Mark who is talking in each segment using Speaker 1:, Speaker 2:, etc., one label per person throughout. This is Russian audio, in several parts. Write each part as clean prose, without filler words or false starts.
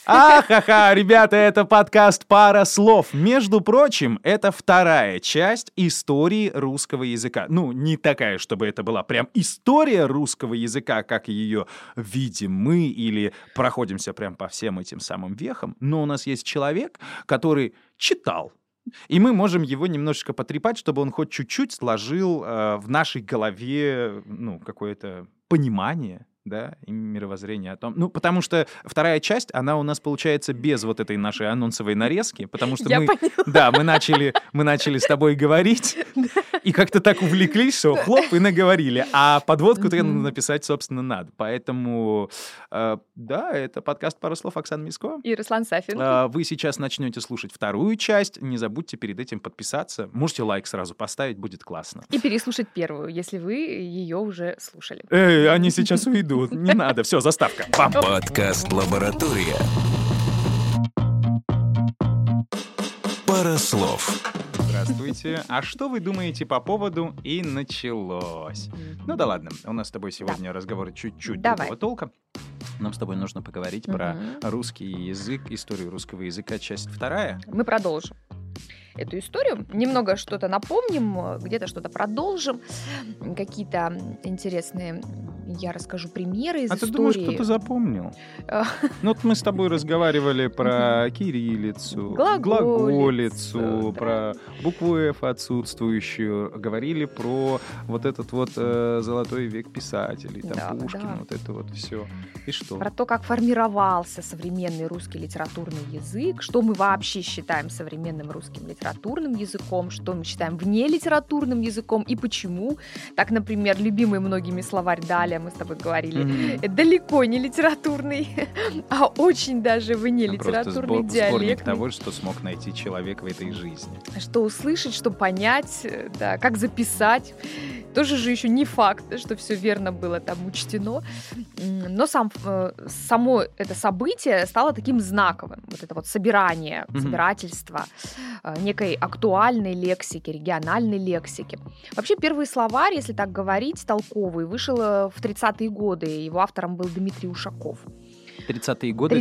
Speaker 1: Ахаха, ребята, это подкаст «Пара слов». Между прочим, это вторая часть истории русского языка. Ну, не такая, чтобы это была прям история русского языка, как ее видим мы или проходимся прям по всем этим самым вехам. Но у нас есть человек, который читал. И мы можем его немножечко потрепать, чтобы он хоть чуть-чуть сложил в нашей голове, ну, какое-то понимание, да, и мировоззрение о том. Ну, потому что вторая часть, она у нас получается без вот этой нашей анонсовой нарезки, потому что мы начали с тобой говорить, и как-то так увлеклись, что хлоп, и наговорили. А подводку-то написать, собственно, надо. Поэтому, да, это подкаст «Пару слов» Оксаны Миско.
Speaker 2: И Руслан Сафин.
Speaker 1: Вы сейчас начнете слушать вторую часть. Не забудьте перед этим подписаться. Можете лайк сразу поставить, будет классно.
Speaker 2: И переслушать первую, если вы ее уже слушали.
Speaker 1: Они сейчас уйдут. Не надо. Все, заставка. Бам.
Speaker 3: Подкаст «Лаборатория». Пара слов.
Speaker 1: Здравствуйте. А что вы думаете по поводу «И началось»? Ну да ладно, у нас с тобой сегодня разговор чуть-чуть другого толка. Нам с тобой нужно поговорить про русский язык, историю русского языка, часть 2.
Speaker 2: Мы продолжим эту историю. Немного что-то напомним, где-то что-то продолжим. Какие-то интересные, я расскажу, примеры из истории.
Speaker 1: А ты думаешь, кто-то запомнил? Ну вот мы с тобой разговаривали про кириллицу, глаголицу, про букву «Ф» отсутствующую, говорили про вот этот вот золотой век писателей, там Пушкин, вот это вот все. И что?
Speaker 2: Про то, как формировался современный русский литературный язык, что мы вообще считаем современным русским литературным языком, что мы считаем внелитературным языком и почему. Так, например, любимый многими словарь Даля, мы с тобой говорили, далеко не литературный, а очень даже внелитературный, диалектный.
Speaker 1: Сборник того, что смог найти человек в этой жизни.
Speaker 2: Что услышать, что понять, да, как записать. Тоже же еще не факт, что все верно было там учтено. Но само это событие стало таким знаковым. Вот это вот собирание, собирательство некой актуальной лексики, региональной лексики. Вообще первый словарь, если так говорить, толковый, вышел в 30-е годы. Его автором был Дмитрий Ушаков.
Speaker 1: 30-е годы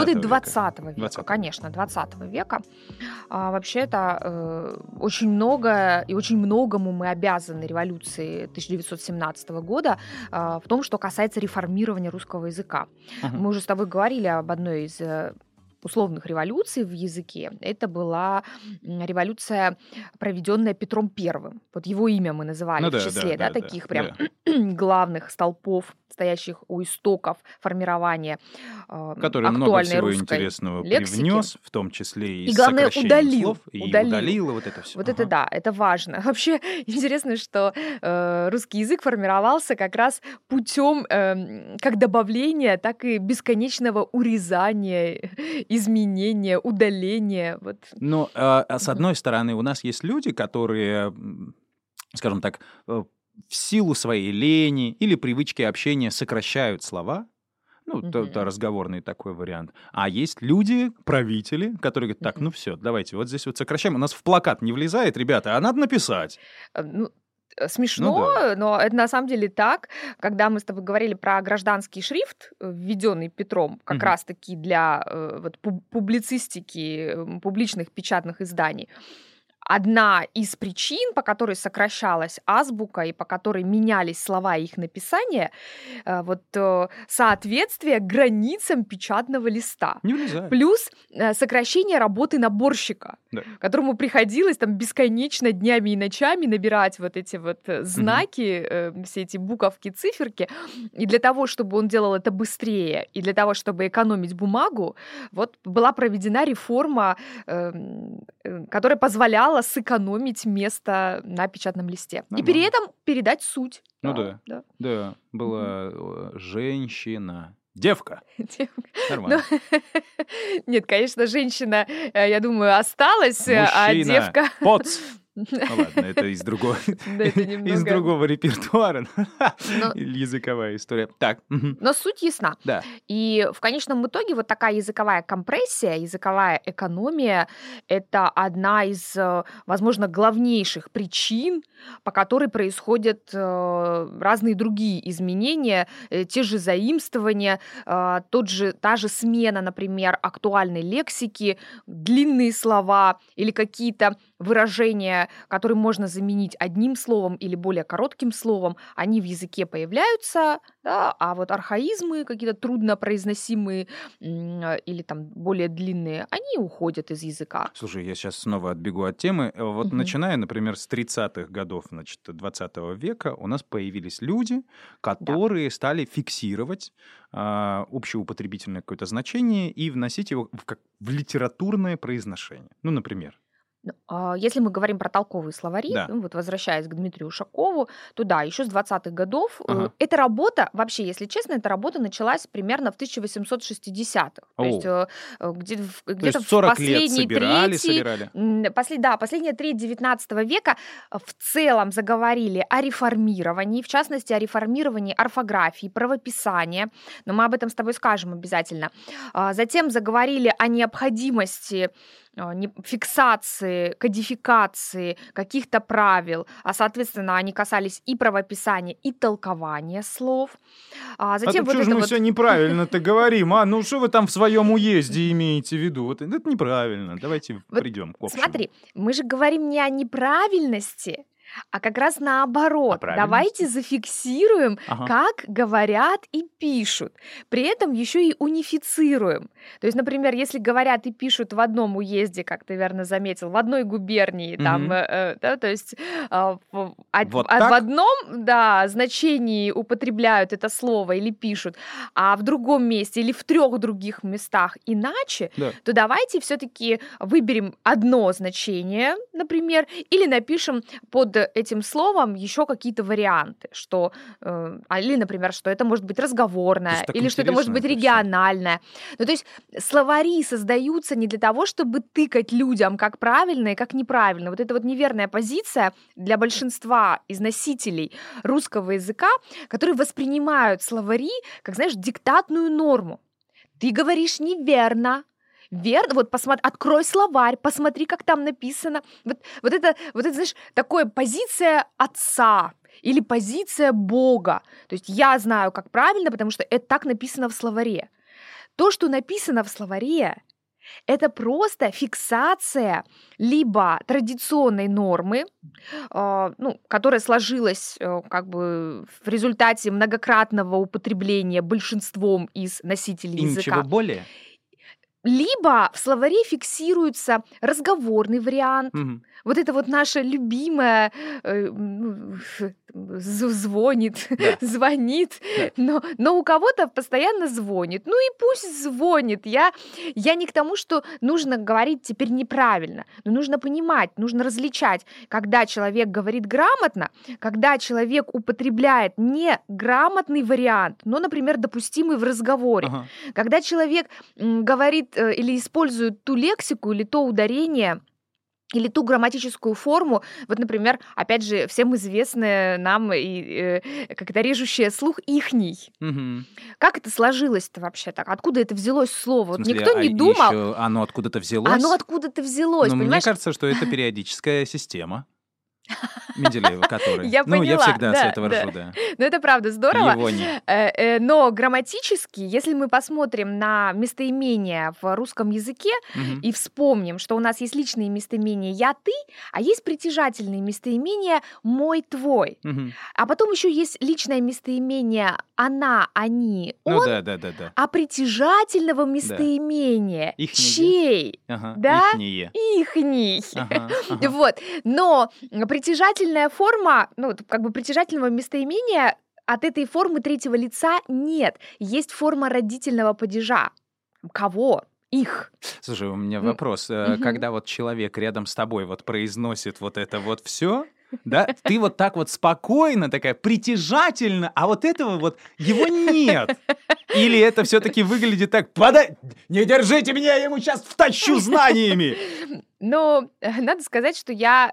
Speaker 2: 20 века, конечно, 20 века. Вообще это очень много и очень многому мы обязаны революции 1917 года в том, что касается реформирования русского языка. Мы уже с тобой говорили об одной из условных революций в языке. Это была революция, проведенная Петром I. Вот его имя мы называли в числе таких прям главных столпов, стоящих у истоков формирования
Speaker 1: который
Speaker 2: актуальной
Speaker 1: много всего
Speaker 2: русской
Speaker 1: интересного
Speaker 2: лексики.
Speaker 1: Привнес, в том числе и
Speaker 2: главное,
Speaker 1: сокращением слов.
Speaker 2: удалил
Speaker 1: Вот это все.
Speaker 2: Вот это да, это важно. Вообще интересно, что русский язык формировался как раз путем как добавления, так и бесконечного урезания, изменения, удаления. Вот.
Speaker 1: Но с одной стороны, у нас есть люди, которые, скажем так, в силу своей лени или привычки общения сокращают слова. Ну, это разговорный такой вариант. А есть люди, правители, которые говорят, так, ну все, давайте, вот здесь вот сокращаем. У нас в плакат не влезает, ребята, а надо написать.
Speaker 2: Смешно, но это на самом деле так. Когда мы с тобой говорили про гражданский шрифт, введенный Петром, как раз-таки для вот, публицистики публичных печатных изданий, одна из причин, по которой сокращалась азбука и по которой менялись слова и их написание, вот соответствие границам печатного листа.
Speaker 1: Не влезает.
Speaker 2: Плюс сокращение работы наборщика, которому приходилось там бесконечно днями и ночами набирать вот эти вот знаки, все эти буковки, циферки. И для того, чтобы он делал это быстрее, и для того, чтобы экономить бумагу, вот была проведена реформа, которая позволяла сэкономить место на печатном листе. И при этом передать суть.
Speaker 1: Да. Была женщина. Девка. Нормально.
Speaker 2: Нет, конечно, женщина, я думаю, осталась, а девка...
Speaker 1: Поц. Ладно, это из другого
Speaker 2: Да, это
Speaker 1: из
Speaker 2: немного...
Speaker 1: другого репертуара.
Speaker 2: Но,
Speaker 1: Языковая история. Так,
Speaker 2: но суть ясна.
Speaker 1: да.
Speaker 2: И в конечном итоге вот такая языковая компрессия, языковая экономия — это одна из, возможно, главнейших причин, по которой происходят разные другие изменения, те же заимствования, та же смена, например, актуальной лексики, длинные слова или какие-то выражения, которые можно заменить одним словом или более коротким словом, они в языке появляются, да, а вот архаизмы, какие-то труднопроизносимые или там более длинные, они уходят из языка.
Speaker 1: Слушай, я сейчас снова отбегу от темы. Вот
Speaker 2: Мгм.
Speaker 1: начиная, например, с 30-х годов, значит, 20 века, у нас появились люди,
Speaker 2: Да.
Speaker 1: которые стали фиксировать общеупотребительное какое-то значение и вносить его в литературное произношение. Ну, например.
Speaker 2: Если мы говорим про толковые словари,
Speaker 1: Да.
Speaker 2: вот возвращаясь к Дмитрию Ушакову, то да, еще с 20-х годов
Speaker 1: Ага.
Speaker 2: эта работа, вообще, если честно, эта работа началась примерно в 1860-х. То есть
Speaker 1: То
Speaker 2: где-то
Speaker 1: есть
Speaker 2: в
Speaker 1: 40 лет
Speaker 2: последней трети,
Speaker 1: собирали.
Speaker 2: последняя треть 19 века в целом заговорили о реформировании, в частности, о реформировании орфографии, правописания, но мы об этом с тобой скажем обязательно. Затем заговорили о необходимости фиксации, кодификации каких-то правил, а, соответственно, они касались и правописания, и толкования слов. Затем
Speaker 1: так
Speaker 2: вот
Speaker 1: что же
Speaker 2: это
Speaker 1: мы
Speaker 2: вот...
Speaker 1: все неправильно-то говорим? Ну что вы там в своем уезде имеете в виду? Вот это неправильно. Давайте
Speaker 2: Вот
Speaker 1: придем к общему.
Speaker 2: смотри, мы же говорим не о неправильности, а как раз наоборот.
Speaker 1: правильности?
Speaker 2: Давайте зафиксируем,
Speaker 1: Ага.
Speaker 2: как говорят и пишут. При этом еще и унифицируем. То есть, например, если говорят и пишут в одном уезде, как ты верно заметил, в одной губернии, там,
Speaker 1: Мгм.
Speaker 2: да, то есть
Speaker 1: Вот
Speaker 2: в
Speaker 1: так?
Speaker 2: одном, да, значении употребляют это слово или пишут, а в другом месте или в 3 других местах иначе,
Speaker 1: Да.
Speaker 2: то давайте все-таки выберем одно значение, например, или напишем под этим словом еще какие-то варианты, что, или, например, что это может быть разговорное,
Speaker 1: Слушай, так
Speaker 2: или что это может быть
Speaker 1: интересно это всё.
Speaker 2: региональное. Ну, то есть словари создаются не для того, чтобы тыкать людям, как правильно и как неправильно. Вот это вот неверная позиция для большинства из носителей русского языка, которые воспринимают словари как, знаешь, диктатную норму. Ты говоришь неверно. Верно, вот открой словарь, посмотри, как там написано. Вот это, знаешь, такая позиция отца или позиция Бога. То есть я знаю, как правильно, потому что это так написано в словаре. То, что написано в словаре, это просто фиксация либо традиционной нормы, которая сложилась как бы в результате многократного употребления большинством из носителей
Speaker 1: И
Speaker 2: языка.
Speaker 1: ничего более?
Speaker 2: Либо в словаре фиксируется разговорный вариант.
Speaker 1: Мгм.
Speaker 2: Вот это вот наша любимая звонит,
Speaker 1: Да.
Speaker 2: звонит,
Speaker 1: Да.
Speaker 2: но у кого-то постоянно звонит. Ну и пусть звонит. Я не к тому, что нужно говорить теперь неправильно, но нужно понимать, нужно различать, когда человек говорит грамотно, когда человек употребляет неграмотный вариант, но, например, допустимый в разговоре.
Speaker 1: Ага.
Speaker 2: Когда человек говорит или использует ту лексику или то ударение, или ту грамматическую форму, вот, например, опять же, всем известное нам и как-то режущее слух ихний.
Speaker 1: Мгм.
Speaker 2: Как это сложилось-то вообще так? Откуда это взялось слово?
Speaker 1: В
Speaker 2: Вот
Speaker 1: смысле,
Speaker 2: никто не думал,
Speaker 1: ещё оно откуда-то взялось?
Speaker 2: оно откуда-то взялось,
Speaker 1: Ну, мне
Speaker 2: понимаешь?
Speaker 1: кажется, что это периодическая система Менделеева, который.
Speaker 2: Я
Speaker 1: Ну, я
Speaker 2: поняла,
Speaker 1: всегда с
Speaker 2: да,
Speaker 1: этого
Speaker 2: да.
Speaker 1: ржу, да.
Speaker 2: Ну, это правда здорово.
Speaker 1: Его не.
Speaker 2: Но грамматически, если мы посмотрим на местоимения в русском языке
Speaker 1: Мгм.
Speaker 2: и вспомним, что у нас есть личные местоимения «я», «ты», а есть притяжательные местоимения «мой», «твой».
Speaker 1: Мгм.
Speaker 2: А потом еще есть личное местоимение «она», «они»,
Speaker 1: Ну
Speaker 2: «он»,
Speaker 1: да.
Speaker 2: а притяжательного местоимения
Speaker 1: Ихнее.
Speaker 2: «чей»,
Speaker 1: Ага.
Speaker 2: Да?
Speaker 1: Ихние.
Speaker 2: «ихний».
Speaker 1: Ага, ага.
Speaker 2: Вот. Но притяжательная форма, как бы притяжательного местоимения от этой формы третьего лица нет. Есть форма родительного падежа. Кого? Их.
Speaker 1: Слушай, у меня
Speaker 2: М,
Speaker 1: вопрос.
Speaker 2: мгм.
Speaker 1: Когда вот человек рядом с тобой вот произносит вот это вот все, да, ты вот так вот спокойно, такая притяжательно, а вот этого вот его нет. Или это все-таки выглядит так: не держите меня, я ему сейчас втащу знаниями.
Speaker 2: Но надо сказать, что я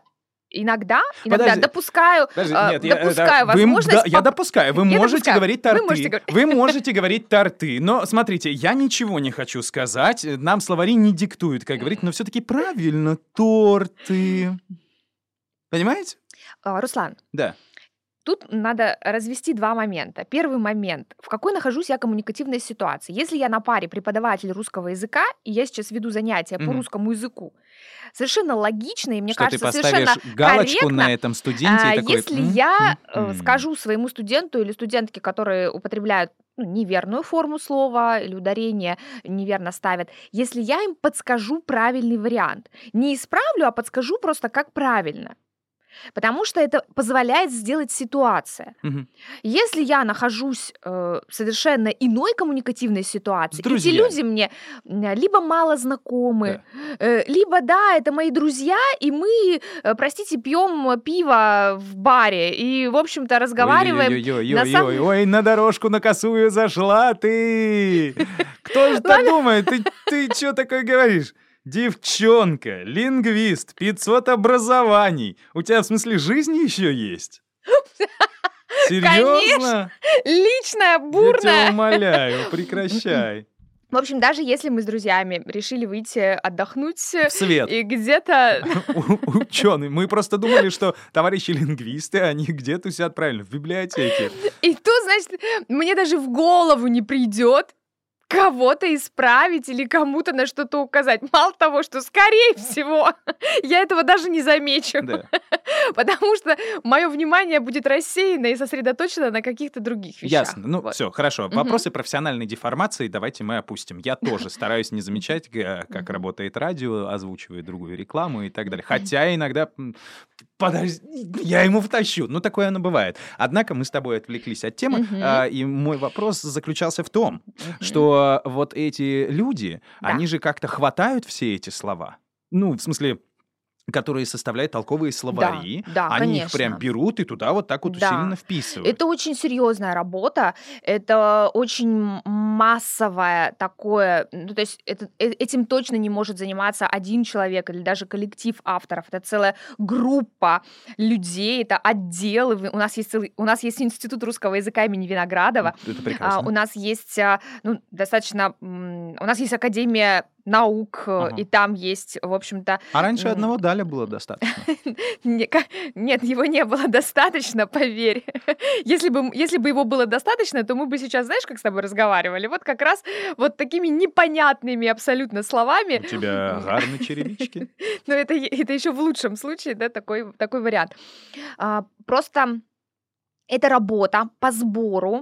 Speaker 2: иногда
Speaker 1: Подожди.
Speaker 2: допускаю возможность...
Speaker 1: Я допускаю. Вы можете
Speaker 2: допускаю.
Speaker 1: говорить
Speaker 2: Вы
Speaker 1: торты.
Speaker 2: можете говорить.
Speaker 1: Вы можете говорить торты. Но, смотрите, я ничего не хочу сказать. Нам словари не диктуют, как говорить, но все-таки правильно торты. Понимаете?
Speaker 2: Руслан,
Speaker 1: Да.
Speaker 2: тут надо развести два момента. Первый момент. В какой нахожусь я коммуникативной ситуации? Если я на паре преподаватель русского языка, и я сейчас веду занятия по русскому языку, совершенно логично, и мне
Speaker 1: Что
Speaker 2: кажется,
Speaker 1: ты поставишь
Speaker 2: совершенно
Speaker 1: галочку
Speaker 2: корректно,
Speaker 1: на этом студенте и такой...
Speaker 2: если я скажу своему студенту или студентке, которые употребляют неверную форму слова или ударение неверно ставят, если я им подскажу правильный вариант, не исправлю, а подскажу просто как правильно. Потому что это позволяет сделать ситуация. Если я нахожусь в совершенно иной коммуникативной ситуации, эти люди мне либо мало знакомы, либо, да, это мои друзья, и мы, простите, пьем пиво в баре и, в общем-то, разговариваем...
Speaker 1: Ой, на дорожку на косую зашла ты! Кто же так думает? Ты что такое говоришь? Девчонка, лингвист, 500 образований. У тебя, в смысле, жизни еще есть? Серьезно?
Speaker 2: Конечно! Личная, бурная.
Speaker 1: Я тебя умоляю, прекращай.
Speaker 2: В общем, даже если мы с друзьями решили выйти отдохнуть
Speaker 1: в свет
Speaker 2: и где-то...
Speaker 1: Ученые. Мы просто думали, что товарищи лингвисты, они где-то сидят правильно, в библиотеке.
Speaker 2: И тут, значит, мне даже в голову не придет кого-то исправить или кому-то на что-то указать. Мало того, что, скорее всего, я этого даже не замечу.
Speaker 1: Да.
Speaker 2: Потому что мое внимание будет рассеяно и сосредоточено на каких-то других вещах.
Speaker 1: Ясно. Ну, вот. Все, хорошо. Вопросы профессиональной деформации давайте мы опустим. Я тоже стараюсь не замечать, как работает радио, озвучивает другую рекламу и так далее. Хотя иногда... Подожди, я ему втащу. Ну, такое оно бывает. Однако мы с тобой отвлеклись от темы, и мой вопрос заключался в том, что вот эти люди, они же как-то хватают все эти слова. Ну, в смысле... которые составляют толковые словари, они
Speaker 2: конечно.
Speaker 1: их прям берут и туда вот так вот усиленно вписывают.
Speaker 2: Это очень серьезная работа, это очень массовое такое, ну, то есть этим точно не может заниматься один человек или даже коллектив авторов, это целая группа людей, это отделы. У нас есть Институт русского языка имени Виноградова,
Speaker 1: это прекрасно.
Speaker 2: У нас есть у нас есть Академия наук, и там есть, в общем-то...
Speaker 1: А раньше одного Даля было достаточно.
Speaker 2: Нет, его не было достаточно, поверь. Если бы его было достаточно, то мы бы сейчас, знаешь, как с тобой разговаривали? Вот как раз вот такими непонятными абсолютно словами.
Speaker 1: У тебя гарные черевички.
Speaker 2: Ну, это еще в лучшем случае, да, такой вариант. Просто это работа по сбору,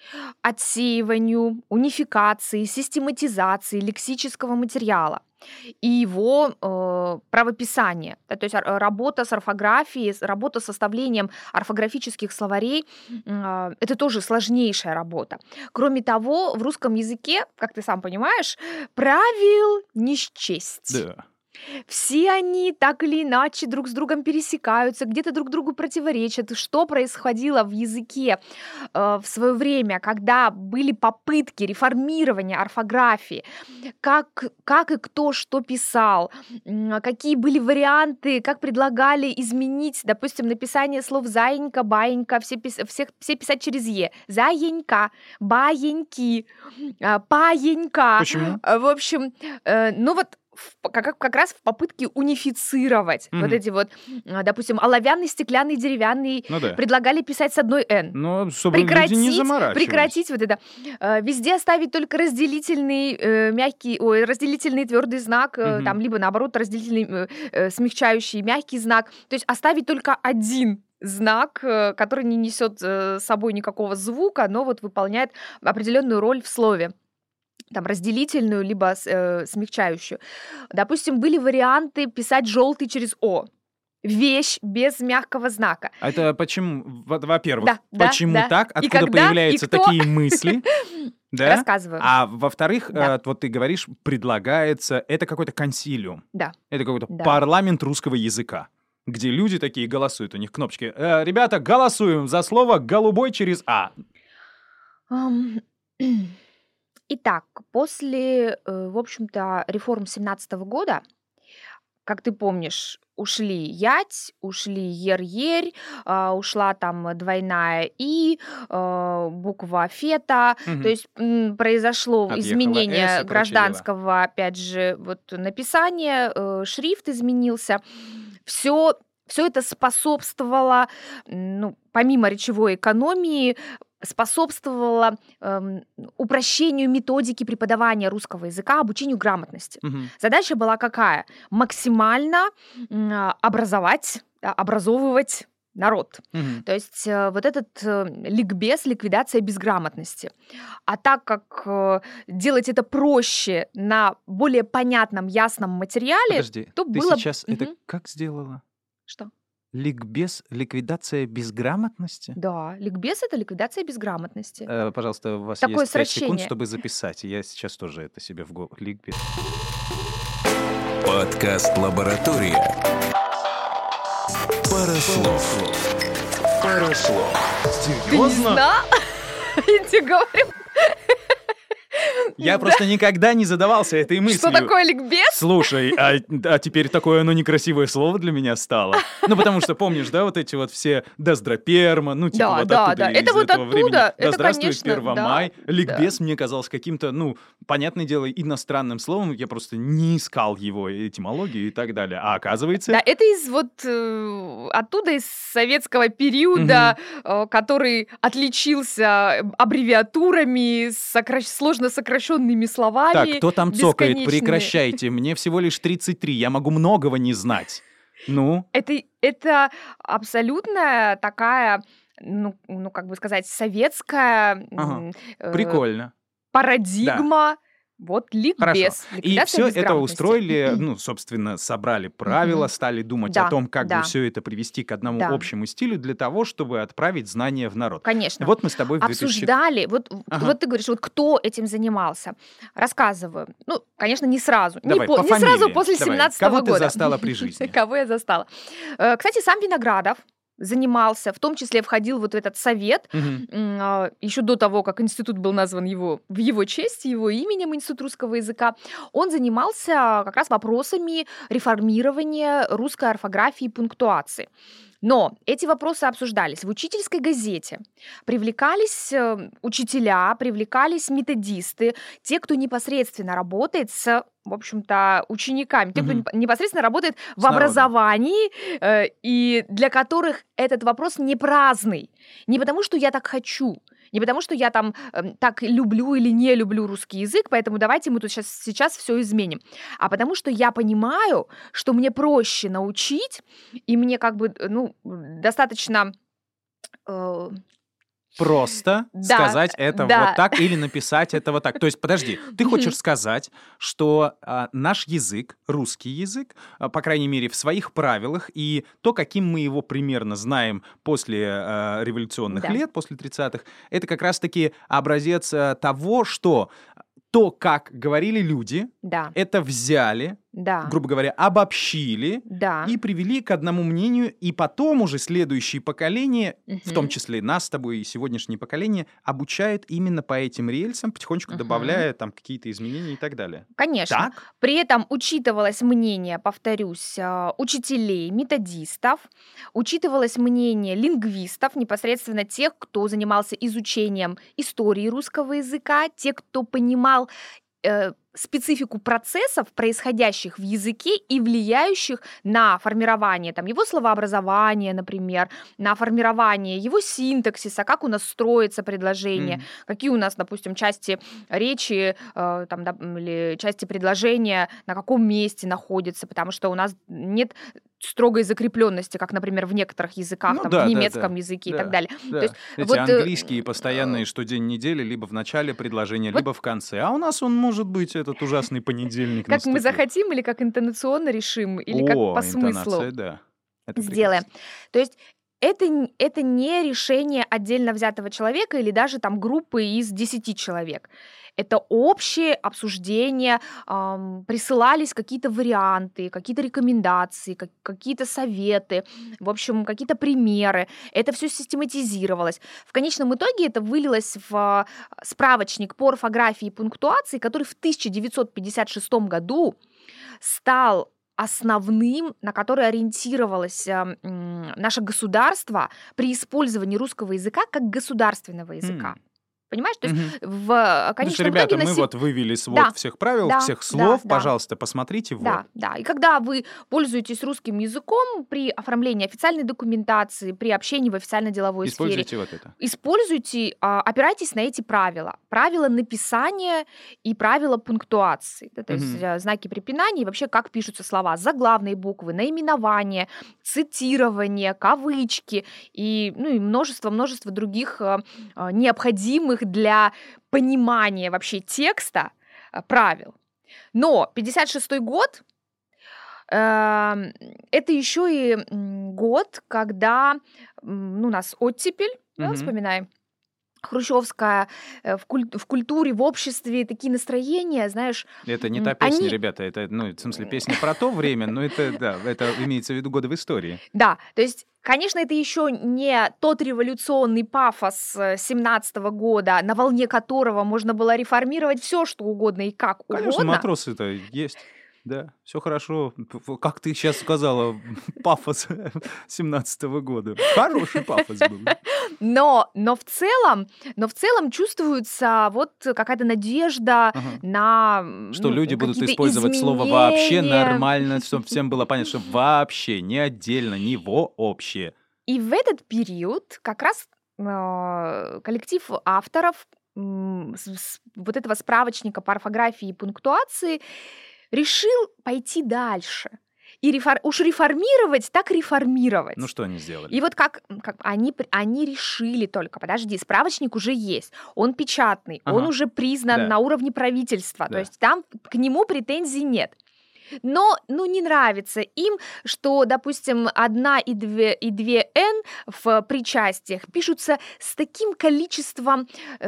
Speaker 2: отсеиванию, унификации, систематизации лексического материала и его правописания. То есть работа с орфографией, работа с составлением орфографических словарей — это тоже сложнейшая работа. Кроме того, в русском языке, как ты сам понимаешь, правил не счесть.
Speaker 1: Да.
Speaker 2: Все они так или иначе друг с другом пересекаются, где-то друг другу противоречат. Что происходило в языке в свое время, когда были попытки реформирования орфографии, как и кто что писал, какие были варианты, как предлагали изменить, допустим, написание слов «заинька», «баинька», все писать через «е». «Заинька», «баиньки», «паинька».
Speaker 1: Почему?
Speaker 2: В общем, ну вот как раз в попытке унифицировать вот эти вот, допустим, оловянный, стеклянный, деревянный, предлагали писать с одной «н».
Speaker 1: Ну, чтобы люди не заморачивались.
Speaker 2: Прекратить вот это. Везде оставить только разделительный разделительный твердый знак, там, либо наоборот разделительный смягчающий мягкий знак. То есть оставить только один знак, который не несет с собой никакого звука, но вот выполняет определенную роль в слове. Там разделительную, либо смягчающую. Допустим, были варианты писать желтый через «о». Вещь без мягкого знака.
Speaker 1: А это почему? Во-первых, почему так? Откуда появляются такие мысли? Да?
Speaker 2: Рассказываю.
Speaker 1: А во-вторых, вот ты говоришь, предлагается, это какой-то консилиум.
Speaker 2: Да.
Speaker 1: Это какой-то парламент русского языка, где люди такие голосуют, у них кнопочки. Ребята, голосуем за слово «голубой» через «а».
Speaker 2: Итак, после, в общем-то, реформ 2017 года, как ты помнишь, ушли ять, ушли ер-ерь, ушла там двойная и, буква фета.
Speaker 1: Мгм.
Speaker 2: То есть произошло
Speaker 1: Отъехала
Speaker 2: изменение
Speaker 1: «с» и прочие дела.
Speaker 2: гражданского, опять же, вот написания, шрифт изменился. Все это способствовало, ну, помимо речевой экономии, способствовало упрощению методики преподавания русского языка, обучению грамотности.
Speaker 1: Мгм.
Speaker 2: Задача была какая? Максимально образовать, образовывать народ.
Speaker 1: Мгм.
Speaker 2: То есть вот этот ликбез, ликвидация безграмотности. А так как делать это проще на более понятном, ясном материале,
Speaker 1: Подожди,
Speaker 2: то
Speaker 1: ты
Speaker 2: было...
Speaker 1: сейчас это
Speaker 2: Мгм.
Speaker 1: как сделала?
Speaker 2: Что?
Speaker 1: Ликбез, ликвидация безграмотности?
Speaker 2: Да, ликбез — это ликвидация безграмотности.
Speaker 1: Пожалуйста, у вас
Speaker 2: Такое
Speaker 1: есть 5 секунд,
Speaker 2: сращение.
Speaker 1: чтобы записать. Я сейчас тоже это себе в голову. Ликбез.
Speaker 3: Подкаст «Лаборатория». Пара слов. Пара слов.
Speaker 2: Ты не знал? Я тебе говорю.
Speaker 1: Я просто никогда не задавался этой мыслью.
Speaker 2: Что такое ликбез?
Speaker 1: Слушай, а теперь такое, ну, некрасивое слово для меня стало. Ну, потому что, помнишь, да, вот эти вот все «Доздроперма», ну, типа
Speaker 2: Да,
Speaker 1: вот
Speaker 2: да,
Speaker 1: оттуда,
Speaker 2: да.
Speaker 1: из
Speaker 2: Это вот
Speaker 1: этого
Speaker 2: оттуда,
Speaker 1: времени. Да
Speaker 2: это,
Speaker 1: здравствует
Speaker 2: конечно,
Speaker 1: Первомай.
Speaker 2: да,
Speaker 1: Ликбез мне казалось каким-то, ну, понятное дело, иностранным словом. Я просто не искал его этимологию и так далее. А оказывается...
Speaker 2: Да, это из вот оттуда, из советского периода, который отличился аббревиатурами, сложно сокращенными словами.
Speaker 1: Так, кто там цокает?
Speaker 2: бесконечными.
Speaker 1: Прекращайте. Мне всего лишь 33. Я могу многого не знать. Ну?
Speaker 2: Это абсолютно такая, ну, как бы сказать, советская
Speaker 1: Ага. Прикольно.
Speaker 2: парадигма. Вот
Speaker 1: Хорошо.
Speaker 2: ликбез.
Speaker 1: И
Speaker 2: ликвидация
Speaker 1: все это
Speaker 2: безграмотности.
Speaker 1: устроили, ну, собственно, собрали правила,
Speaker 2: Мгм.
Speaker 1: стали думать
Speaker 2: Да,
Speaker 1: о том, как бы
Speaker 2: да.
Speaker 1: все это привести к одному
Speaker 2: Да.
Speaker 1: общему стилю для того, чтобы отправить знания в народ.
Speaker 2: Конечно.
Speaker 1: Вот мы с тобой в 2000...
Speaker 2: Обсуждали,
Speaker 1: Ага.
Speaker 2: вот ты говоришь, вот кто этим занимался. Рассказываю. Ну, конечно, не сразу.
Speaker 1: Давай, по
Speaker 2: не сразу
Speaker 1: фамилии.
Speaker 2: после
Speaker 1: Давай.
Speaker 2: 17
Speaker 1: Кого
Speaker 2: года.
Speaker 1: ты застала при жизни?
Speaker 2: Кого я застала. Кстати, сам Виноградов занимался, в том числе входил вот в этот совет,
Speaker 1: Мгм.
Speaker 2: еще до того, как институт был назван в его честь, его именем, Институт русского языка. Он занимался как раз вопросами реформирования русской орфографии и пунктуации. Но эти вопросы обсуждались в учительской газете. Привлекались учителя, привлекались методисты, те, кто непосредственно работает с, в общем-то, учениками, те, кто
Speaker 1: Мгм.
Speaker 2: непосредственно работает в
Speaker 1: С народом.
Speaker 2: образовании, и для которых этот вопрос не праздный. Не потому, что я так хочу, не потому, что я там так люблю или не люблю русский язык, поэтому давайте мы тут сейчас все изменим. А потому что я понимаю, что мне проще научить, и мне как бы, ну, достаточно...
Speaker 1: Просто
Speaker 2: Да,
Speaker 1: сказать это
Speaker 2: да.
Speaker 1: вот так или написать это вот так. То есть, подожди, ты хочешь сказать, что наш язык, русский язык, по крайней мере, в своих правилах, и то, каким мы его примерно знаем после революционных
Speaker 2: Да.
Speaker 1: лет, после 30-х, это как раз-таки образец того, что то, как говорили люди,
Speaker 2: Да,
Speaker 1: это взяли,
Speaker 2: да,
Speaker 1: грубо говоря, обобщили
Speaker 2: да.
Speaker 1: и привели к одному мнению, и потом уже следующие поколения, в том
Speaker 2: Мгм.
Speaker 1: числе нас с тобой и сегодняшнее поколение, обучают именно по этим рельсам, потихонечку
Speaker 2: Мгм.
Speaker 1: добавляя там какие-то изменения и так далее.
Speaker 2: Конечно.
Speaker 1: Так?
Speaker 2: При этом учитывалось мнение, повторюсь, учителей, методистов, учитывалось мнение лингвистов, непосредственно тех, кто занимался изучением истории русского языка, те, кто понимал специфику процессов, происходящих в языке и влияющих на формирование там, его словообразования, например, на формирование его синтаксиса, как у нас строится предложение,
Speaker 1: Мгм.
Speaker 2: какие у нас, допустим, части речи там, или части предложения на каком месте находятся, потому что у нас нет строгой закрепленности, как, например, в некоторых языках,
Speaker 1: Ну
Speaker 2: там,
Speaker 1: да,
Speaker 2: в
Speaker 1: да,
Speaker 2: немецком
Speaker 1: да,
Speaker 2: языке и
Speaker 1: да,
Speaker 2: так далее.
Speaker 1: да.
Speaker 2: То есть
Speaker 1: Эти
Speaker 2: вот,
Speaker 1: английские постоянные, что день недели, либо в начале предложения,
Speaker 2: вот
Speaker 1: либо в конце. А у нас он может быть этот ужасный понедельник
Speaker 2: как мы
Speaker 1: наступил.
Speaker 2: захотим, или как интонационно решим, или как по смыслу
Speaker 1: Интонация, да. Это
Speaker 2: сделаем.
Speaker 1: прекрасно.
Speaker 2: То есть это не решение отдельно взятого человека или даже там группы из 10 человек. Это общее обсуждение, присылались какие-то варианты, какие-то рекомендации, какие-то советы, в общем, какие-то примеры. Это все систематизировалось. В конечном итоге это вылилось в справочник по орфографии и пунктуации, который в 1956 году стал основным, на который ориентировалось наше государство при использовании русского языка как государственного языка. Понимаешь? То есть в конечном
Speaker 1: ребята,
Speaker 2: итоге
Speaker 1: мы вот вывели свод всех правил, всех слов, пожалуйста, посмотрите вот.
Speaker 2: Да. И когда вы пользуетесь русским языком при оформлении официальной документации, при общении в официально-деловой сфере,
Speaker 1: Используйте вот это.
Speaker 2: Используйте, опирайтесь на эти правила. Правила написания и правила пунктуации. Да, то есть знаки препинания и вообще как пишутся слова. Заглавные буквы, наименование, цитирование, кавычки и множество других необходимых для понимания вообще текста правил. Но 56-й год это еще и год, когда у нас оттепель, вспоминаем, хрущевская, в культуре, в обществе такие настроения, знаешь...
Speaker 1: Это не та песня, ребята, это, в смысле, песня про то время, но это имеется в виду годы в истории.
Speaker 2: Да, то есть, конечно, это еще не тот революционный пафос 17-го года, на волне которого можно было реформировать все, что угодно и как угодно.
Speaker 1: Конечно, матросы-то есть. Да, все хорошо. Как ты сейчас сказала, пафос 17-го года. Хороший пафос был.
Speaker 2: Но в целом чувствуется вот какая-то надежда на
Speaker 1: что люди будут использовать слово вообще нормально, чтобы всем было понятно, что вообще, не отдельно, не вообще.
Speaker 2: И в этот период как раз коллектив авторов вот этого справочника по орфографии и пунктуации решил пойти дальше. И уж реформировать, так реформировать.
Speaker 1: Ну, что они сделали?
Speaker 2: И вот как они решили только, подожди, справочник уже есть, он печатный, он уже признан на уровне правительства, то есть там к нему претензий нет. Но не нравится им, что, допустим, 1 и 2 «н» в причастиях пишутся с таким количеством,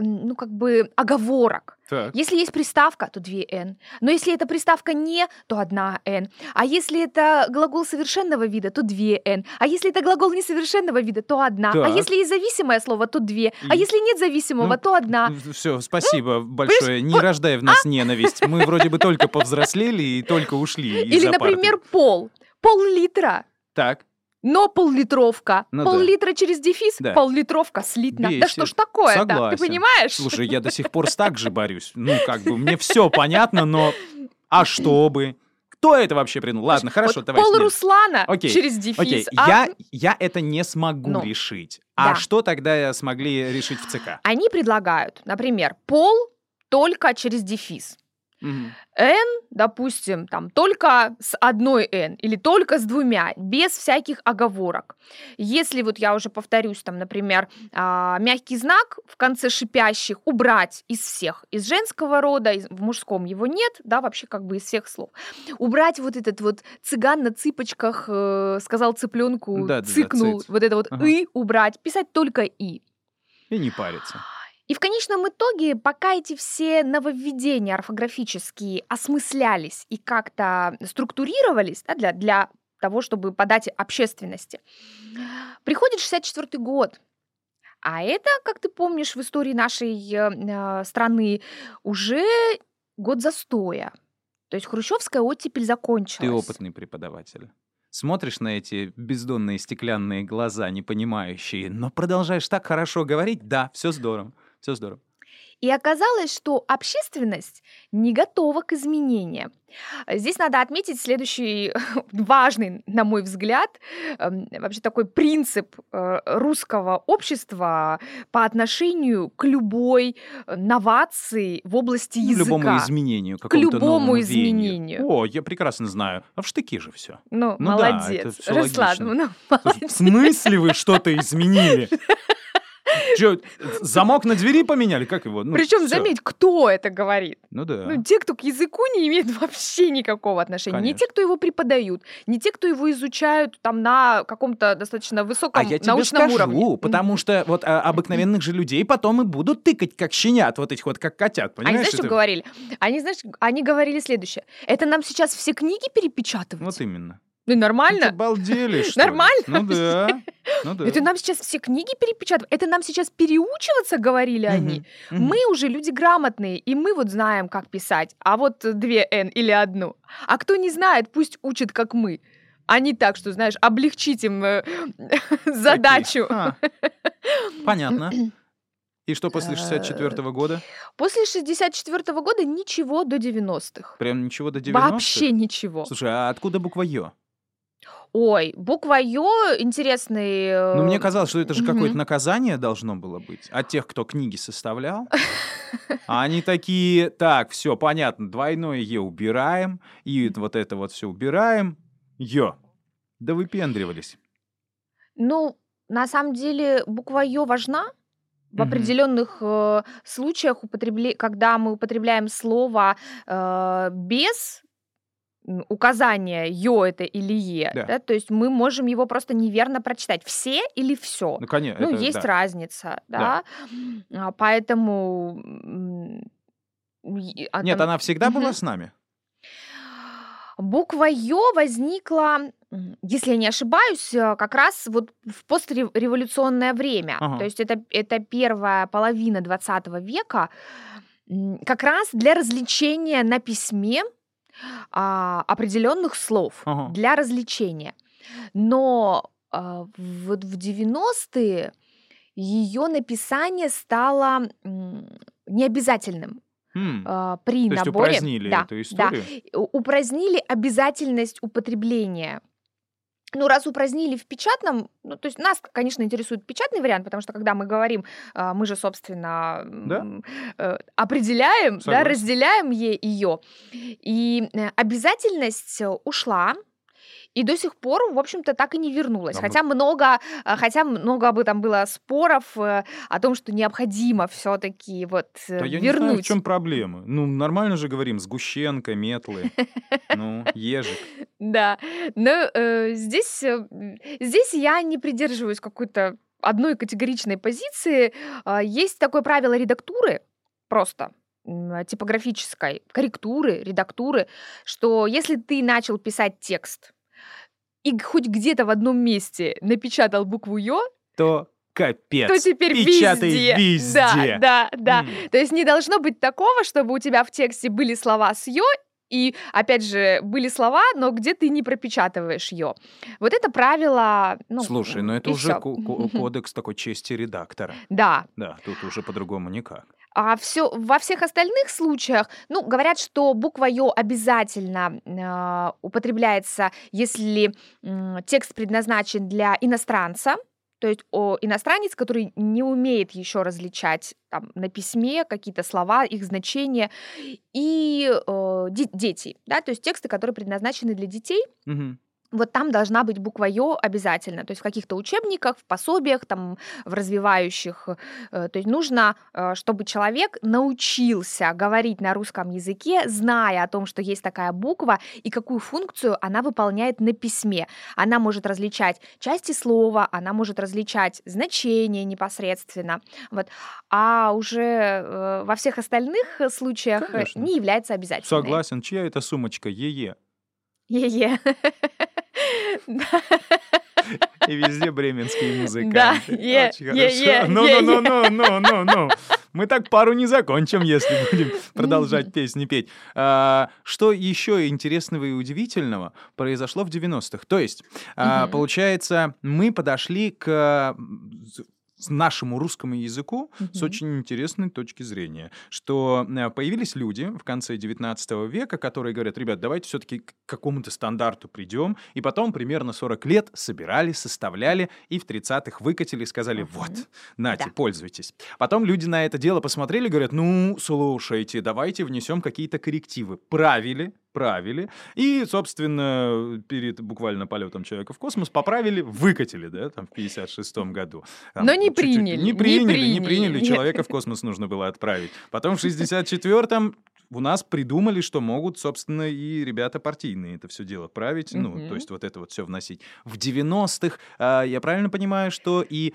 Speaker 2: оговорок.
Speaker 1: Так.
Speaker 2: Если есть приставка, то 2 «н». Но если эта приставка не, то 1 «н». А если это глагол совершенного вида, то 2 «н». А если это глагол несовершенного вида, то 1.
Speaker 1: Так.
Speaker 2: А если есть зависимое слово, то 2. А если нет зависимого, то 1.
Speaker 1: Все, спасибо большое. Не рождай в нас ненависть. Мы вроде бы только повзрослели и только ушли из-за
Speaker 2: Или, например, пол-литра.
Speaker 1: Так.
Speaker 2: Но пол-литровка. Пол-литра через дефис, пол-литровка слитно.
Speaker 1: Бесит.
Speaker 2: Да что ж такое-то,
Speaker 1: Согласен.
Speaker 2: ты понимаешь?
Speaker 1: Слушай, я до сих пор так же борюсь. Мне все понятно, но... А что бы? Кто это вообще придумал? Ладно, хорошо, давай.
Speaker 2: Пол-руслана через дефис.
Speaker 1: Я это не не решить. А что тогда смогли решить в ЦК?
Speaker 2: Они предлагают, например, пол только через дефис. N, допустим, там только с 1 N или только с 2, без всяких оговорок. Если вот я уже повторюсь, там, например, мягкий знак в конце шипящих убрать из всех, из женского рода, в мужском его нет, да, вообще как бы из всех слов. Убрать вот этот вот цыган на цыпочках, сказал цыпленку, цыкнул, вот это вот «и» убрать, писать только «и».
Speaker 1: И не париться.
Speaker 2: И в конечном итоге, пока эти все нововведения орфографические осмыслялись и как-то структурировались, да, для того, чтобы подать общественности, приходит 64-й год. А это, как ты помнишь, в истории нашей страны уже год застоя. То есть хрущевская оттепель закончилась.
Speaker 1: Ты опытный преподаватель. Смотришь на эти бездонные стеклянные глаза, не понимающие, но продолжаешь так хорошо говорить, да, все здорово. Все здорово.
Speaker 2: И оказалось, что общественность не готова к изменениям. Здесь надо отметить следующий важный, на мой взгляд, вообще такой принцип русского общества по отношению к любой новации в области языка.
Speaker 1: К любому изменению, какому-то новому изменению. О, я прекрасно знаю. А в штыки же все.
Speaker 2: Молодец.
Speaker 1: Да,
Speaker 2: Руслан, молодец.
Speaker 1: В смысле вы что-то изменили? Что, замок на двери поменяли? Как его?
Speaker 2: Причем, заметь, кто это говорит.
Speaker 1: Ну да.
Speaker 2: Те, кто к языку не имеет вообще никакого отношения.
Speaker 1: Конечно.
Speaker 2: Не те, кто его преподают, не те, кто его изучают там на каком-то достаточно высоком научном уровне.
Speaker 1: Я тебе скажу, потому что вот обыкновенных же людей потом и будут тыкать как щенят, вот этих вот как котят, понимаешь?
Speaker 2: Они знаешь, что говорили? Они говорили следующее. Это нам сейчас все книги перепечатывать?
Speaker 1: Вот именно.
Speaker 2: Ну, нормально.
Speaker 1: Обалдели, что ли?
Speaker 2: Нормально.
Speaker 1: Ну да. Ну да.
Speaker 2: Это нам сейчас все книги перепечатывают, это нам сейчас переучиваться, говорили они.
Speaker 1: Мгм.
Speaker 2: Мы уже люди грамотные, и мы вот знаем, как писать, а вот 2 «н» или одну. А кто не знает, пусть учит, как мы. А не так, что, знаешь, облегчить им задачу.
Speaker 1: А, понятно. И что после 64 года?
Speaker 2: После 64 года ничего до 90-х.
Speaker 1: Прям ничего до 90-х?
Speaker 2: Вообще ничего.
Speaker 1: Слушай, а откуда буква Ё?
Speaker 2: Ой, буква Ё интересный...
Speaker 1: Ну, мне казалось, что это же какое-то
Speaker 2: Мгм.
Speaker 1: наказание должно было быть от тех, кто книги составлял. А они такие, так, все, понятно, двойное Е убираем, и вот это вот все убираем. Ё. Да выпендривались.
Speaker 2: Ну, на самом деле, буква Ё важна в
Speaker 1: Мгм.
Speaker 2: определенных случаях, когда мы употребляем слово без указания Ё это или Е,
Speaker 1: Да.
Speaker 2: да, то есть мы можем его просто неверно прочитать. Все или все.
Speaker 1: Ну, конечно,
Speaker 2: Ну,
Speaker 1: это
Speaker 2: есть
Speaker 1: да.
Speaker 2: разница, да. Поэтому
Speaker 1: Нет,
Speaker 2: там
Speaker 1: она всегда была
Speaker 2: Мгм.
Speaker 1: с нами.
Speaker 2: Буква Ё возникла, если я не ошибаюсь, как раз вот в постреволюционное время. То
Speaker 1: Ага.
Speaker 2: есть это первая половина 20 века, как раз для развлечения на письме определенных слов,
Speaker 1: Ага.
Speaker 2: для развлечения. Но вот в 90-е ее написание стало необязательным. При
Speaker 1: То есть
Speaker 2: наборе,
Speaker 1: упразднили
Speaker 2: да,
Speaker 1: эту
Speaker 2: да,
Speaker 1: историю?
Speaker 2: упразднили обязательность употребления. Ну, раз упразднили в печатном, ну, то есть нас, конечно, интересует печатный вариант, потому что когда мы говорим, мы же, собственно,
Speaker 1: Да,
Speaker 2: определяем, да,
Speaker 1: согласен.
Speaker 2: разделяем ее. И обязательность ушла. И до сих пор, в общем-то, так и не вернулась.
Speaker 1: А
Speaker 2: Хотя много об этом было споров, о том, что необходимо все-таки вот
Speaker 1: Да я не знаю, в
Speaker 2: вернуть.
Speaker 1: чем проблема. Ну, нормально же говорим, сгущенка, метлы, ну, ежик.
Speaker 2: Да, но здесь я не придерживаюсь какой-то одной категоричной позиции. Есть такое правило редактуры, просто типографической, корректуры, редактуры, что если ты начал писать текст и хоть где-то в одном месте напечатал букву «ё»,
Speaker 1: То
Speaker 2: то
Speaker 1: капец,
Speaker 2: теперь
Speaker 1: печатай
Speaker 2: везде.
Speaker 1: везде.
Speaker 2: Да.
Speaker 1: М.
Speaker 2: То есть не должно быть такого, чтобы у тебя в тексте были слова с «ё», и, опять же, были слова, но где ты не пропечатываешь «ё». Вот это правило, ну,
Speaker 1: Слушай, ну это
Speaker 2: и
Speaker 1: уже
Speaker 2: всё.
Speaker 1: кодекс такой чести редактора.
Speaker 2: Да.
Speaker 1: Да, тут уже по-другому никак.
Speaker 2: А во всех остальных случаях, ну, говорят, что буква «ё» обязательно употребляется, если текст предназначен для иностранца, то есть иностранец, который не умеет еще различать там, на письме какие-то слова, их значения, и дети, да, то есть тексты, которые предназначены для детей.
Speaker 1: Мгм.
Speaker 2: Вот там должна быть буква «ё» обязательно. То есть в каких-то учебниках, в пособиях, там, в развивающих. То есть нужно, чтобы человек научился говорить на русском языке, зная о том, что есть такая буква и какую функцию она выполняет на письме. Она может различать части слова, она может различать значения непосредственно. Вот. А уже во всех остальных случаях
Speaker 1: Конечно.
Speaker 2: не является обязательной.
Speaker 1: Согласен, чья это сумочка? Е-е.
Speaker 2: Е-е. Да.
Speaker 1: И везде бременские
Speaker 2: Да,
Speaker 1: музыканты. Очень
Speaker 2: е-е,
Speaker 1: хорошо. Ну. Мы так пару не закончим, если будем продолжать песни петь. Что еще интересного и удивительного произошло в 90-х? То есть, получается, мы подошли к нашему русскому языку с очень интересной точки зрения, что появились люди в конце 19 века, которые говорят, ребят, давайте все-таки к какому-то стандарту придем, и потом примерно 40 лет собирали, составляли, и в 30-х выкатили, сказали, вот, нате,
Speaker 2: Да.
Speaker 1: пользуйтесь. Потом люди на это дело посмотрели, говорят, ну, слушайте, давайте внесем какие-то коррективы. Правили. И, собственно, перед буквально полетом человека в космос поправили, выкатили, да, там, в 56-м году. Там,
Speaker 2: Но не
Speaker 1: чуть-чуть-
Speaker 2: приняли,
Speaker 1: Не
Speaker 2: не
Speaker 1: приняли.
Speaker 2: приняли.
Speaker 1: Человека в космос нужно было отправить. Потом в 64-м у нас придумали, что могут, собственно, и ребята партийные это все дело править, ну, то есть вот это вот все вносить. В 90-х, я правильно понимаю, что и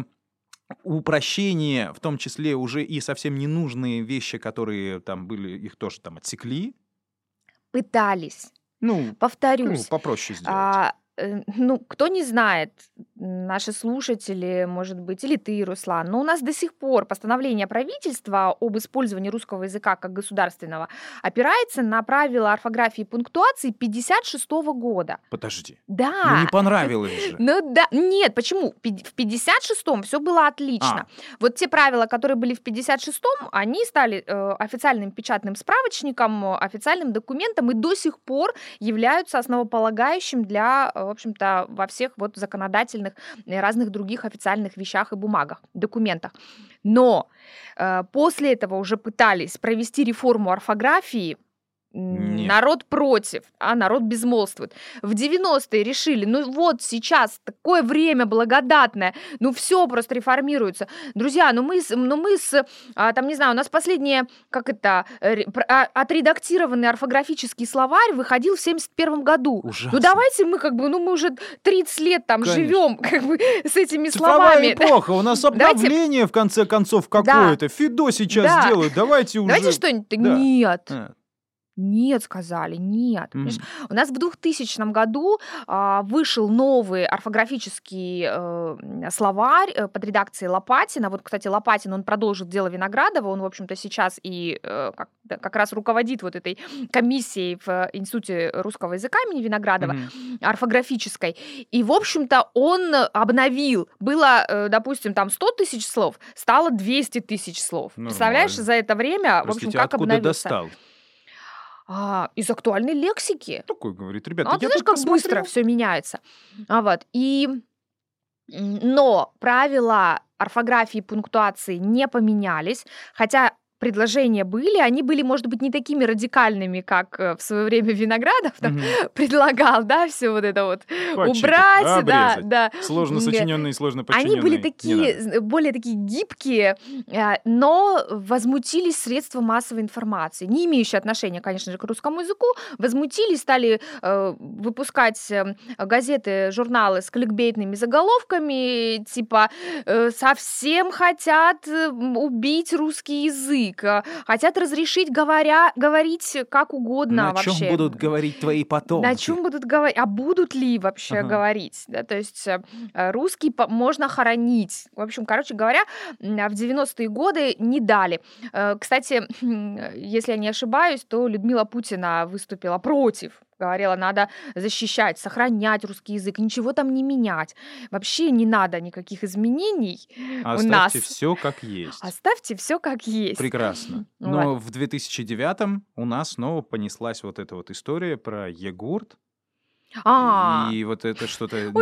Speaker 1: упрощение, в том числе уже и совсем ненужные вещи, которые там были, их тоже там отсекли.
Speaker 2: Пытались. Повторюсь.
Speaker 1: Попроще сделать.
Speaker 2: Кто не знает, наши слушатели, может быть, или ты, Руслан, но у нас до сих пор постановление правительства об использовании русского языка как государственного опирается на правила орфографии и пунктуации 1956 года.
Speaker 1: Подожди.
Speaker 2: Да.
Speaker 1: Не понравилось же.
Speaker 2: Нет, почему? В 1956-м все было отлично. Вот те правила, которые были в 1956-м, они стали официальным печатным справочником, официальным документом и до сих пор являются основополагающим для, в общем-то, во всех вот законодательных и разных других официальных вещах и бумагах, документах. Но после этого уже пытались провести реформу орфографии.
Speaker 1: Нет.
Speaker 2: Народ против, а народ безмолвствует. В 90-е решили, сейчас такое время благодатное, все просто реформируется. Друзья, там, не знаю, у нас последнее, отредактированный орфографический словарь выходил в 71 году.
Speaker 1: Ужасно.
Speaker 2: Давайте мы уже 30 лет там живем, с этими
Speaker 1: Цифровая
Speaker 2: словами.
Speaker 1: эпоха, у нас обновление, в конце концов, какое-то. Фидо сейчас делают, давайте уже.
Speaker 2: Давайте что-нибудь. Нет, сказали, нет. У нас в 2000 году вышел новый орфографический словарь под редакцией Лопатина. Вот, кстати, Лопатин, он продолжит дело Виноградова, он, в общем-то, сейчас и как раз руководит вот этой комиссией в Институте русского языка имени Виноградова, орфографической. И, в общем-то, он обновил. Было, допустим, там 100 тысяч слов, стало 200 тысяч слов.
Speaker 1: Нормально.
Speaker 2: Представляешь, за это время, в общем, как
Speaker 1: откуда
Speaker 2: обновился.
Speaker 1: Достал?
Speaker 2: Из актуальной лексики.
Speaker 1: Такой говорит, ребята,
Speaker 2: ты знаешь, как быстро все меняется. Но правила орфографии и пунктуации не поменялись, хотя предложения были, они были, может быть, не такими радикальными, как в свое время Виноградов предлагал, все вот это вот убрать,
Speaker 1: обрезать. Сложно сочиненные и сложно подчиненные.
Speaker 2: Они были более такие гибкие, но возмутились средства массовой информации, не имеющие отношения, конечно же, к русскому языку, возмутились, стали выпускать газеты, журналы с кликбейтными заголовками, типа «Совсем хотят убить русский язык», хотят разрешить говорить как угодно вообще.
Speaker 1: На чем будут говорить твои потомки?
Speaker 2: На чем будут говорить? А будут ли вообще говорить? Да, то есть русский можно хоронить. В общем, короче говоря, в 90-е годы не дали. Кстати, если я не ошибаюсь, то Людмила Путина выступила против. Говорила, надо защищать, сохранять русский язык, ничего там не менять. Вообще не надо никаких изменений у нас.
Speaker 1: Оставьте все как есть.
Speaker 2: Оставьте все как есть.
Speaker 1: Прекрасно. Но в 2009-м у нас снова понеслась вот эта вот история про йогурт. И вот это что-то непонятное.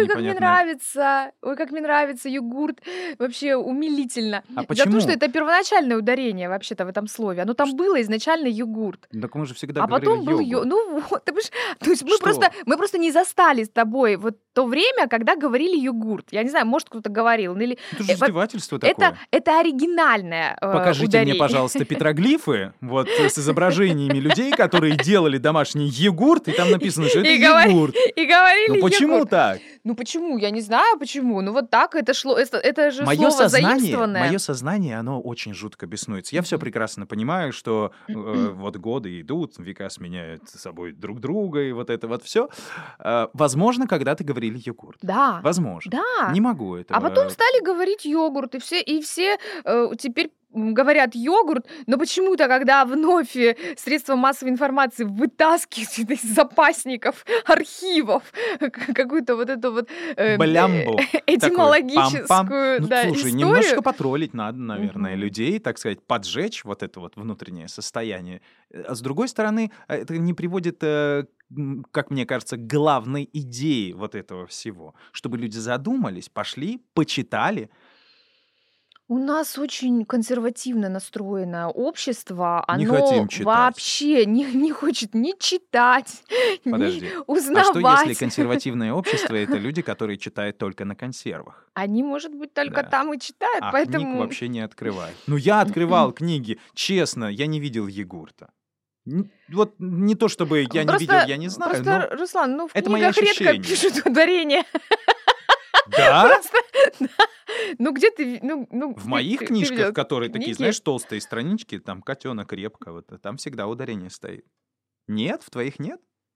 Speaker 2: Ой, как мне нравится йогурт. Вообще умилительно.
Speaker 1: А почему?
Speaker 2: За то, что это первоначальное ударение вообще-то в этом слове. Оно там было изначально йогурт.
Speaker 1: Так мы же всегда
Speaker 2: говорили
Speaker 1: йогурт.
Speaker 2: А потом был то есть мы просто не застали с тобой вот то время, когда говорили йогурт. Я не знаю, может, кто-то говорил.
Speaker 1: Это же издевательство такое.
Speaker 2: Это оригинальное
Speaker 1: Покажите
Speaker 2: ударение.
Speaker 1: мне, пожалуйста, петроглифы вот с изображениями людей, которые делали домашний йогурт, и там написано, что это йогурт.
Speaker 2: И говорили
Speaker 1: почему
Speaker 2: йогурт.
Speaker 1: так?
Speaker 2: Почему? Я не знаю, почему. Вот так это шло. Это же слово заимствованное.
Speaker 1: Мое сознание, оно очень жутко беснуется. Я все прекрасно понимаю, что вот годы идут, века сменяют с собой друг друга, и вот это вот все. Возможно, когда-то говорили йогурт.
Speaker 2: Да.
Speaker 1: Возможно.
Speaker 2: Да.
Speaker 1: Не могу этого.
Speaker 2: А потом стали говорить йогурт, и все теперь говорят йогурт, но почему-то, когда вновь средства массовой информации вытаскивают из запасников, архивов какую-то вот эту вот
Speaker 1: блямбу
Speaker 2: этимологическую
Speaker 1: слушай,
Speaker 2: историю.
Speaker 1: Немножко потроллить надо, наверное, людей, так сказать, поджечь вот это вот внутреннее состояние. А с другой стороны, это не приводит как мне кажется, к главной идее вот этого всего. Чтобы люди задумались, пошли, почитали.
Speaker 2: У нас очень консервативно настроенное общество.
Speaker 1: Не
Speaker 2: Оно
Speaker 1: хотим читать.
Speaker 2: вообще не хочет ни читать,
Speaker 1: Подожди.
Speaker 2: ни узнавать.
Speaker 1: А что, если консервативное общество — это люди, которые читают только на консервах?
Speaker 2: Они, может быть, только там и читают,
Speaker 1: А
Speaker 2: поэтому...
Speaker 1: книг вообще не открывают. Я открывал книги, честно, я не видел йогурта. Вот не то, чтобы я не видел, я не знаю.
Speaker 2: Просто, Руслан, в
Speaker 1: это мои
Speaker 2: книгах редко
Speaker 1: ощущения.
Speaker 2: пишут ударение.
Speaker 1: Да?
Speaker 2: Где ты...
Speaker 1: В моих книжках, которые такие, знаешь, толстые странички, там котенок, репка, вот там всегда ударение стоит. Нет? В твоих нет?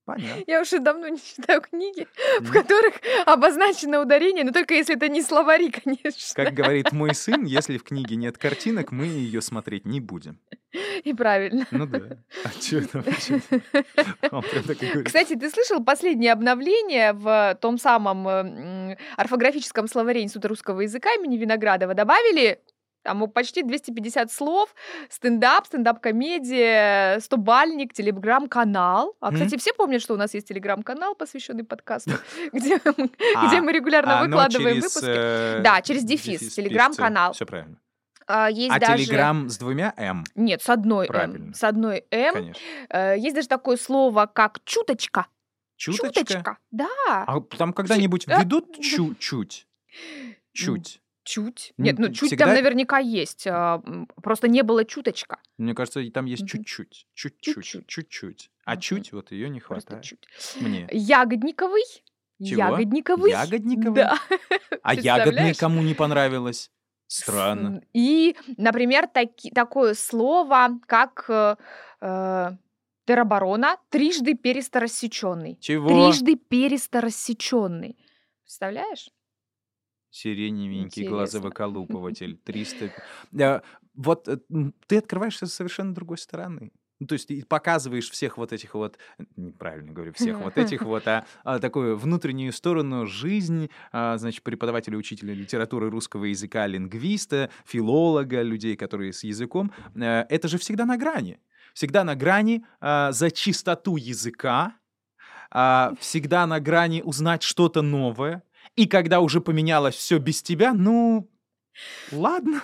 Speaker 1: Понятно.
Speaker 2: Я уже давно не читаю книги, в которых обозначено ударение, но только если это не словари, конечно.
Speaker 1: Как говорит мой сын, если в книге нет картинок, мы ее смотреть не будем.
Speaker 2: И правильно.
Speaker 1: Ну да. А что там? Он прям так и говорит.
Speaker 2: Кстати, ты слышал последнее обновление в том самом орфографическом словаре Института русского языка имени Виноградова? Добавили там почти 250 слов, стендап-комедия, 100-бальник, телеграм-канал. А, кстати, все помнят, что у нас есть телеграм-канал, посвященный подкасту, где мы регулярно выкладываем выпуски. Да, через дефис, телеграм-канал.
Speaker 1: Все правильно.
Speaker 2: Есть
Speaker 1: А
Speaker 2: даже...
Speaker 1: телеграм с 2 «м»?
Speaker 2: Нет, с одной
Speaker 1: Правильно.
Speaker 2: «м». С одной «м».
Speaker 1: Конечно.
Speaker 2: Есть даже такое слово, как «чуточка».
Speaker 1: Чуточка?
Speaker 2: Да.
Speaker 1: А там когда-нибудь ведут чуть-чуть? Чуть.
Speaker 2: Чуть? Нет, ну чуть
Speaker 1: всегда-
Speaker 2: там наверняка есть. Просто не было чуточка.
Speaker 1: Мне кажется, там есть
Speaker 2: Мгм.
Speaker 1: чуть-чуть.
Speaker 2: Чуть-чуть.
Speaker 1: Чуть-чуть. А
Speaker 2: Мгм.
Speaker 1: чуть, вот ее не
Speaker 2: Просто
Speaker 1: хватает.
Speaker 2: чуть.
Speaker 1: Мне.
Speaker 2: Ягодниковый.
Speaker 1: Чего?
Speaker 2: Ягодниковый.
Speaker 1: Ягодниковый?
Speaker 2: Да.
Speaker 1: А ягодный
Speaker 2: Представляешь?
Speaker 1: кому не понравилось? Странно.
Speaker 2: И, например, такое слово, как тероборона, трижды пересторассеченный.
Speaker 1: Чего?
Speaker 2: Трижды пересторассеченный. Представляешь?
Speaker 1: Сиреневенький
Speaker 2: Интересно.
Speaker 1: глазовыколупыватель. 300... Вот ты открываешься с совершенно другой стороны. Ну, то есть ты показываешь всех вот этих вот, неправильно говорю, всех вот этих вот, такую внутреннюю сторону жизни, значит, преподавателя, учителя литературы русского языка, лингвиста, филолога, людей, которые с языком. Это же всегда на грани. Всегда на грани за чистоту языка, всегда на грани узнать что-то новое. И когда уже поменялось все без тебя, ну, ладно.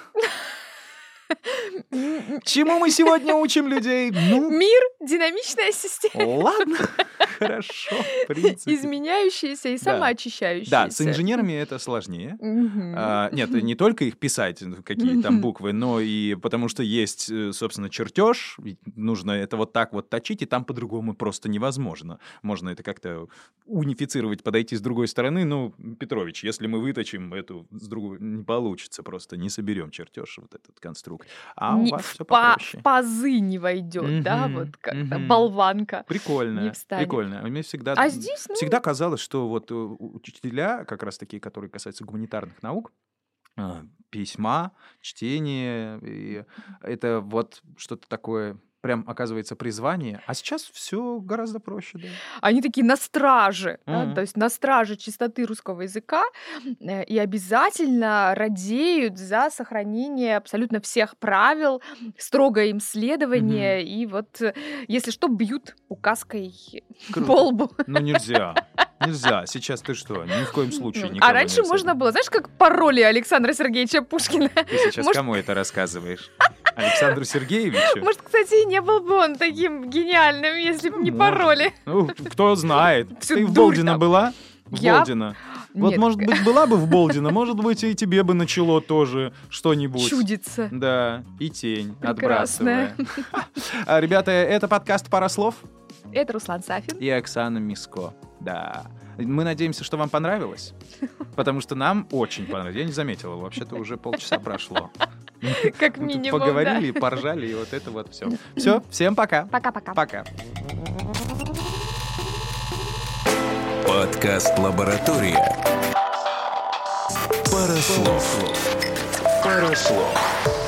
Speaker 1: Чему мы сегодня учим людей? Ну,
Speaker 2: Мир — динамичная система.
Speaker 1: ладно, хорошо, в принципе.
Speaker 2: Изменяющаяся и
Speaker 1: Да.
Speaker 2: самоочищающаяся.
Speaker 1: Да, с инженерами это сложнее.
Speaker 2: Мгм.
Speaker 1: Нет, не только их писать, какие там буквы, но и потому что есть, собственно, чертеж, нужно это вот так вот точить, и там по-другому просто невозможно. Можно это как-то унифицировать, подойти с другой стороны. Ну, Петрович, если мы выточим эту с другой, не получится просто, не соберем чертеж, вот этот конструкт. А у вас все
Speaker 2: В
Speaker 1: попроще.
Speaker 2: пазы не войдет, да,
Speaker 1: Мгм,
Speaker 2: вот как-то
Speaker 1: мгм.
Speaker 2: болванка.
Speaker 1: Прикольно,
Speaker 2: не встанет.
Speaker 1: прикольно. Мне всегда,
Speaker 2: А здесь, ну,
Speaker 1: всегда казалось, что вот учителя, как раз такие, которые касаются гуманитарных наук, письма, чтение, и это вот что-то такое прям оказывается призвание. А сейчас все гораздо проще, да.
Speaker 2: они такие на страже, да,
Speaker 1: Мгм.
Speaker 2: то есть на страже чистоты русского языка и обязательно радеют за сохранение абсолютно всех правил, строгое им следование, и вот, если что, бьют указкой
Speaker 1: Круто.
Speaker 2: по лбу.
Speaker 1: Ну нельзя. Нельзя. Сейчас ты что? Ни в коем случае никого
Speaker 2: А раньше
Speaker 1: нельзя.
Speaker 2: можно было, знаешь, как пароли Александра Сергеевича Пушкина?
Speaker 1: Ты сейчас
Speaker 2: Может-
Speaker 1: кому это рассказываешь? Александру Сергеевичу?
Speaker 2: Может, кстати, и не был бы он таким гениальным, если бы не
Speaker 1: Может.
Speaker 2: пароли.
Speaker 1: Ну, кто знает.
Speaker 2: Всю
Speaker 1: Ты в
Speaker 2: дурь
Speaker 1: Болдино
Speaker 2: там.
Speaker 1: была? В
Speaker 2: Я?
Speaker 1: Болдино. Вот,
Speaker 2: Нет,
Speaker 1: может быть, была бы в Болдино, может быть, и тебе бы начало тоже что-нибудь.
Speaker 2: чудится.
Speaker 1: Да, и тень
Speaker 2: Прекрасная.
Speaker 1: отбрасывая. Ребята, это подкаст «Пара слов»
Speaker 2: Это Руслан Сафин.
Speaker 1: и Оксана Миско. Да. Мы надеемся, что вам понравилось, потому что нам очень понравилось. Я не заметила, вообще-то уже полчаса прошло.
Speaker 2: Как
Speaker 1: Мы тут
Speaker 2: минимум,
Speaker 1: поговорили, поржали, и вот это вот все. Все, всем пока.
Speaker 2: да. Пока-пока.
Speaker 1: Пока.
Speaker 3: Подкаст «Лаборатория». Пара слов. Пара слов.